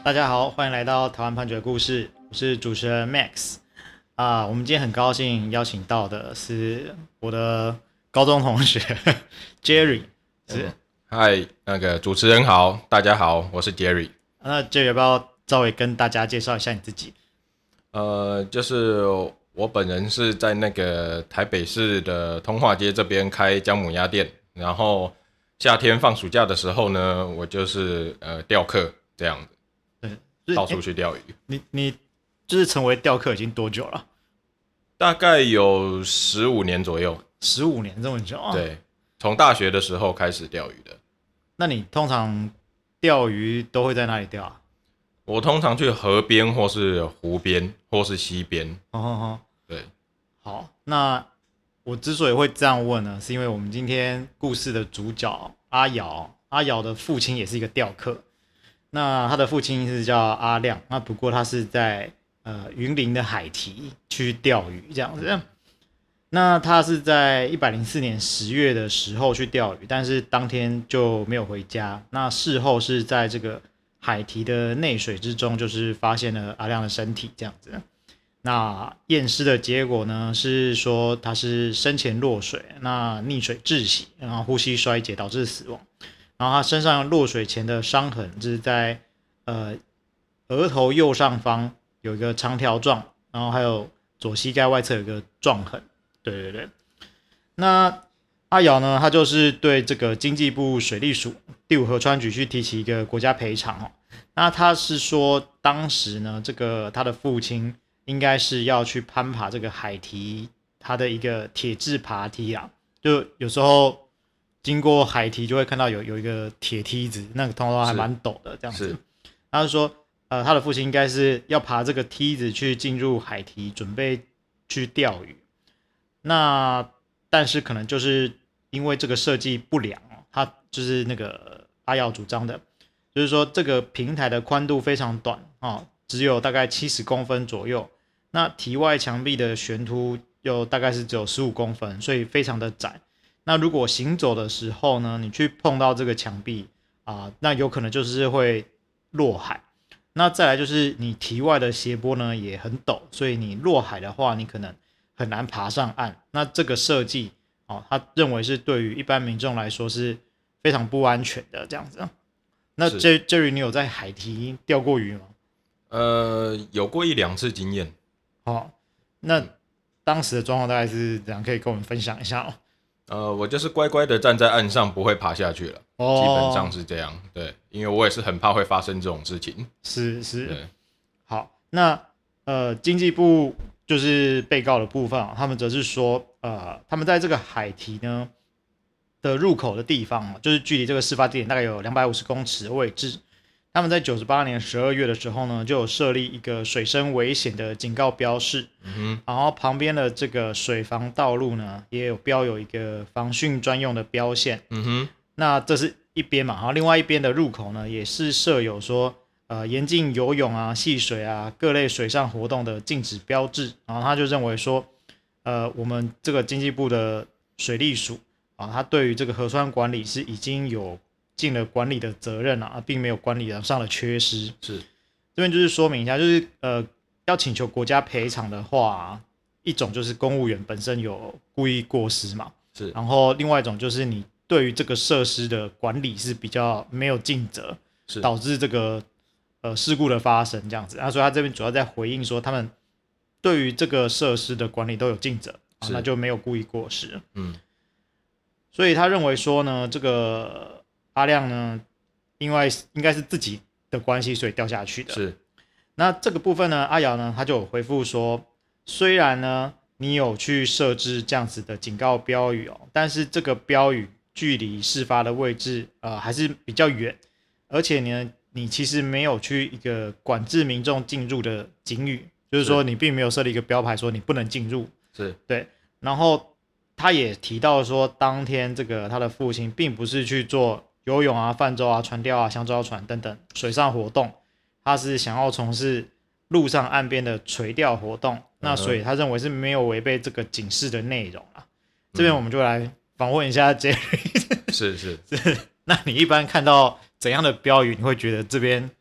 大家好，欢迎来到台湾判决故事，我是主持人 Max 我们今天很高兴邀请到的是我的高中同学 Jerry， 是， 嗨，那个主持人好，大家好，我是 Jerry。 那 Jerry 要不要稍微跟大家介绍一下你自己？ 就是我本人是在那个台北市的通化街这边开姜母鸭店，然后夏天放暑假的时候呢，我就是钓客这样子， 对， 到处去钓鱼。 你就是成为钓客已经多久了大概有15年左右。 ？15年这么久啊？ 对，从大学的时候开始钓鱼的。 那你通常钓鱼都会在哪里钓啊？ 我通常去河边或是湖边或是溪边。对， 好，那我之所以会这样问呢，是因为我们今天故事的主角阿瑶的父亲也是一个钓客。那他的父亲是叫阿亮，那不过他是在云林的海堤去钓鱼这样子。那他是在104年10月的时候去钓鱼，但是当天就没有回家。那事后是在这个海堤的内水之中，就是发现了阿亮的身体这样子。那验尸的结果呢，是说他是生前落水，那溺水窒息，然后呼吸衰竭导致死亡。然后他身上落水前的伤痕，就是在额头右上方有一个长条状，然后还有左膝盖外侧有一个撞痕。对。那阿瑶呢，他就是对这个经济部水利署第五河川局去提起一个国家赔偿。那他是说，当时呢，这个他的父亲应该是要去攀爬这个海堤，他的一个铁质爬梯啊，就有时候经过海堤就会看到有一个铁梯子，那个通常还蛮陡的这样子。他就说，他的父亲应该是要爬这个梯子去进入海堤，准备去钓鱼。那但是可能就是因为这个设计不良，他就是那个阿瑶主张的，就是说这个平台的宽度非常短只有大概70公分左右，那堤外墙壁的悬凸又大概是只有15公分，所以非常的窄。那如果行走的时候呢，你去碰到这个墙壁那有可能就是会落海。那再来就是你堤外的斜坡呢也很陡，所以你落海的话，你可能很难爬上岸。那这个设计他认为是对于一般民众来说是非常不安全的这样子。那 Jerry 你有在海堤钓过鱼吗？ 有过1-2次经验。 那当时的状况大概是怎样？可以跟我们分享一下我就是乖乖的站在岸上，不会爬下去了。基本上是这样。对，因为我也是很怕会发生这种事情。 是。好，那经济部就是被告的部分他们则是说他们在这个海堤呢的入口的地方就是距离这个事发地点大概有250公尺的位置。他们在98年12月的时候呢，就有设立一个水深危险的警告标示。然后旁边的这个水防道路呢，也有标有一个防汛专用的标线。那这是一边嘛，然后另外一边的入口呢，也是设有说严禁游泳戏水各类水上活动的禁止标志。然后他就认为说我们这个经济部的水利署他对于这个河川管理是已经有尽了管理的责任并没有管理上的缺失。 是， 这边就是说明一下，就是要请求国家赔偿的话一种就是公务员本身有故意过失嘛， 是， 然后另外一种就是你对于这个设施的管理是比较没有尽责，导致这个事故的发生这样子。所以他这边主要在回应说，他们对于这个设施的管理都有尽责那就没有故意过失。所以他认为说呢，这个阿亮呢，因为应该是自己的关系，所以掉下去的。 是。 那这个部分呢，阿瑶呢，他就有回复说，虽然呢你有去设置这样子的警告标语但是这个标语距离事发的位置还是比较远，而且呢你其实没有去一个管制民众进入的警语，就是说你并没有设立一个标牌说你不能进入。 是， 对。然后他也提到说，当天这个他的父亲并不是去做游泳泛舟船钓香蕉船等等水上活动，他是想要从事陆上岸边的垂钓活动。那所以他认为是没有违背这个警示的内容这边我们就来访问一下 Jerry。 是。 那你一般看到怎样的标语，你会觉得这边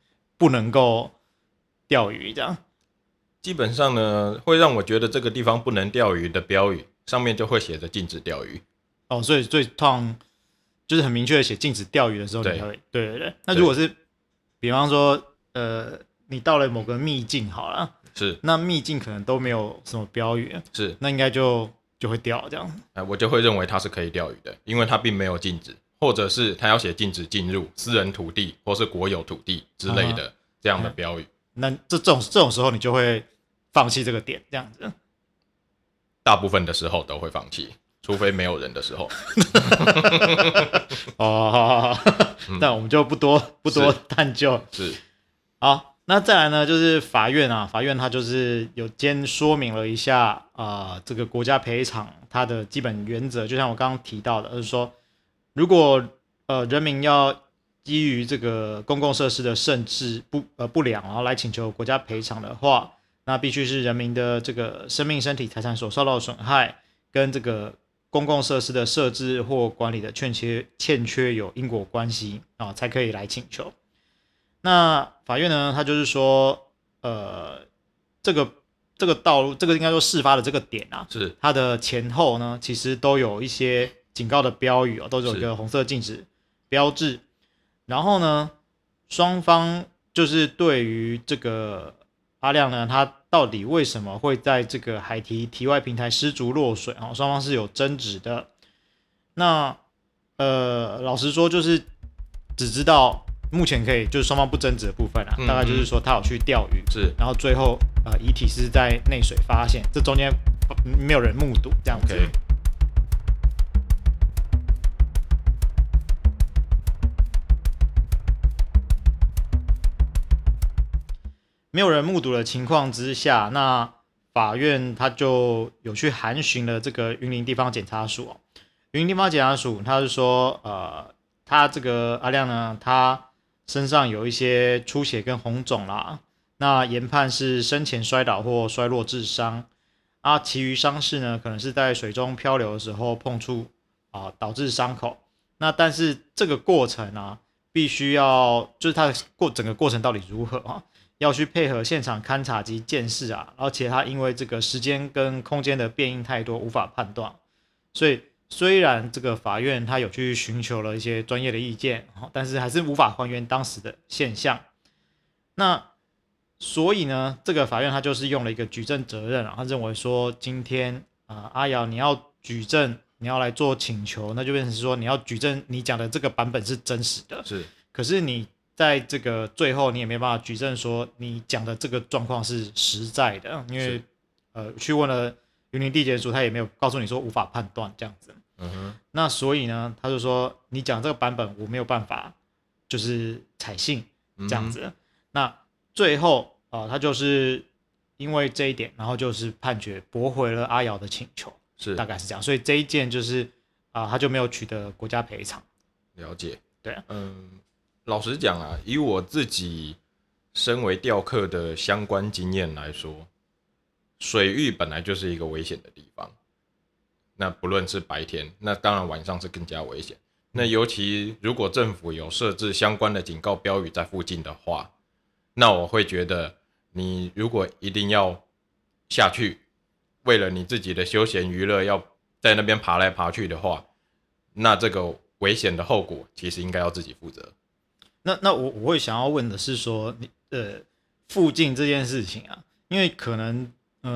不能够钓鱼这样。 基本上呢，会让我觉得这个地方不能钓鱼的标语上面就会写着禁止钓鱼。 哦，所以通常就是很明确的写禁止钓鱼的时候，你才会对。那如果是比方说你到了某个秘境好了， 是， 那秘境可能都没有什么标语， 是， 那应该就会钓这样。 我就会认为它是可以钓鱼的，因为它并没有禁止，或者是它要写禁止进入私人土地或是国有土地之类的这样的标语。 那这种时候你就会放弃这个点这样子。 大部分的时候都会放弃，除非没有人的时候。 哦，那我们就不多探究。 是， 好，那再来呢，就是法院它就是有说明了一下这个国家赔偿它的基本原则，就像我刚刚提到的，就是说，如果人民要基于这个公共设施的设置不良，然后来请求国家赔偿的话，那必须是人民的这个生命、身体、财产所受到的损害，跟这个公共设施的设置或管理的欠缺有因果关系才可以来请求。那法院呢，他就是说，这个道路，这个应该说事发的这个点是它的前后呢，其实都有一些警告的标语都有一个红色禁止标志。然后呢，双方就是对于这个阿亮呢，他到底为什么会在这个海堤外平台失足落水双方是有争执的。那老实说，就是只知道目前可以就是双方不争执的部分大概就是说他有去钓鱼， 是， 然后最后遗体是在内水发现，这中间没有人目睹这样子。 Okay. 没有人目睹的情况之下，那法院他就有去函询了这个云林地方检察署。云林地方检察署他是说，他这个阿亮呢，他身上有一些出血跟红肿啦，那研判是生前摔倒或摔落致伤，其余伤势呢，可能是在水中漂流的时候碰触导致伤口。那但是这个过程必须要就是他整个过程到底如何要去配合现场勘查及鉴识而且他因为这个时间跟空间的变因太多，无法判断。所以虽然这个法院他有去寻求了一些专业的意见，但是还是无法还原当时的现象。那所以呢，这个法院他就是用了一个举证责任他认为说，今天阿瑶你要举证，你要来做请求，那就变成说你要举证你讲的这个版本是真实的， 是， 可是你在这个最后你也没办法举证说你讲的这个状况是实在的，因为去问了云林地检署，他也没有告诉你说无法判断这样子。那所以呢，他就说你讲这个版本我没有办法就是采信这样子。那最后他就是因为这一点，然后就是判决驳回了阿瑶的请求， 是大概是这样。所以这一件就是他就没有取得国家赔偿。 了解。 对老实讲以我自己身为钓客的相关经验来说，水域本来就是一个危险的地方。那不论是白天，那当然晚上是更加危险。那尤其如果政府有设置相关的警告标语在附近的话，那我会觉得你如果一定要下去，为了你自己的休闲娱乐要在那边爬来爬去的话，那这个危险的后果其实应该要自己负责。 那我会想要问的是说，附近这件事情因为可能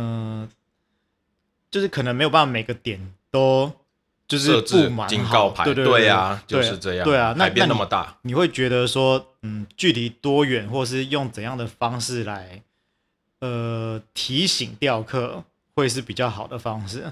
就是可能没有办法每个点都就是布满警告牌，对啊，就是这样， 对啊， 海边那么大， 你会觉得说，距离多远，或是用怎样的方式来提醒钓客，会是比较好的方式？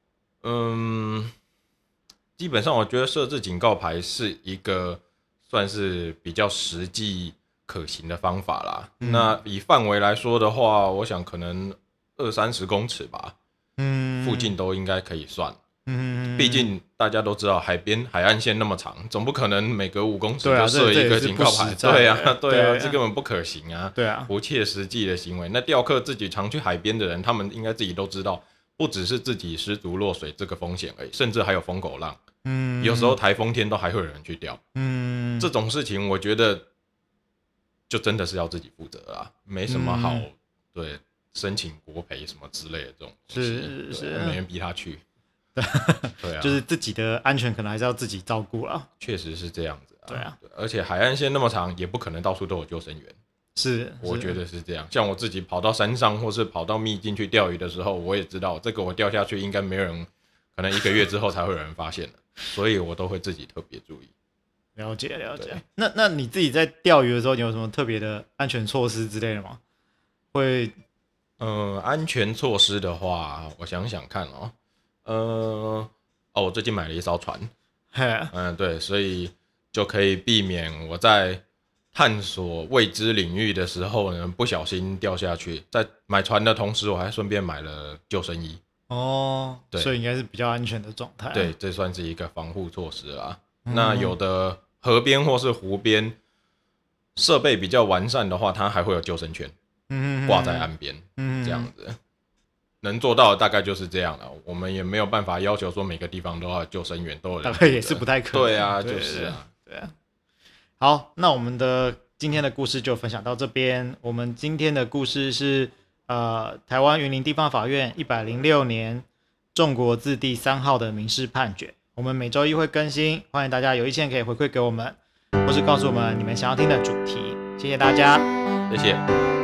基本上我觉得设置警告牌是一个算是比较实际可行的方法啦。那以范围来说的话，我想可能20-30公尺吧，附近都应该可以算。毕竟大家都知道海岸线那么长，总不可能每隔5公尺就设一个警告牌。对啊，这根本不可行啊。 对啊， 不切实际的行为。那钓客自己常去海边的人，他们应该自己都知道，不只是自己失足落水这个风险而已，甚至还有疯狗浪。有时候台风天都还会有人去钓。这种事情我觉得就真的是要自己负责啦，没什么好对申请国赔什么之类的这种东西，是没人逼他去。对啊， 就是自己的安全可能还是要自己照顾啦。 确实是这样子啊。 对啊， 而且海岸线那么长，也不可能到处都有救生员。 是， 我觉得是这样。像我自己跑到山上或是跑到秘境去钓鱼的时候，我也知道这个我掉下去应该没有人，可能1个月之后才会有人发现的，所以我都会自己特别注意。 了解。那你自己在钓鱼的时候，你有什么特别的安全措施之类的吗？会， 安全措施的话，我想想看我最近买了一艘船，对，所以就可以避免我在探索未知领域的时候呢，不小心掉下去。在买船的同时，我还顺便买了救生衣。对， 所以应该是比较安全的状态。 对，这算是一个防护措施啦。那有的河边或是湖边设备比较完善的话，它还会有救生圈挂在岸边，这样子。能做到的大概就是这样了。我们也没有办法要求说每个地方都要救生员都有人，大概也是不太可能。 对啊，就是啊， 对啊。好，那我们的今天的故事就分享到这边。我们今天的故事是台湾云林地方法院106年仲国字第3号的民事判决。我们每周一会更新，欢迎大家有意见可以回馈给我们，或是告诉我们你们想要听的主题。谢谢大家， 谢谢。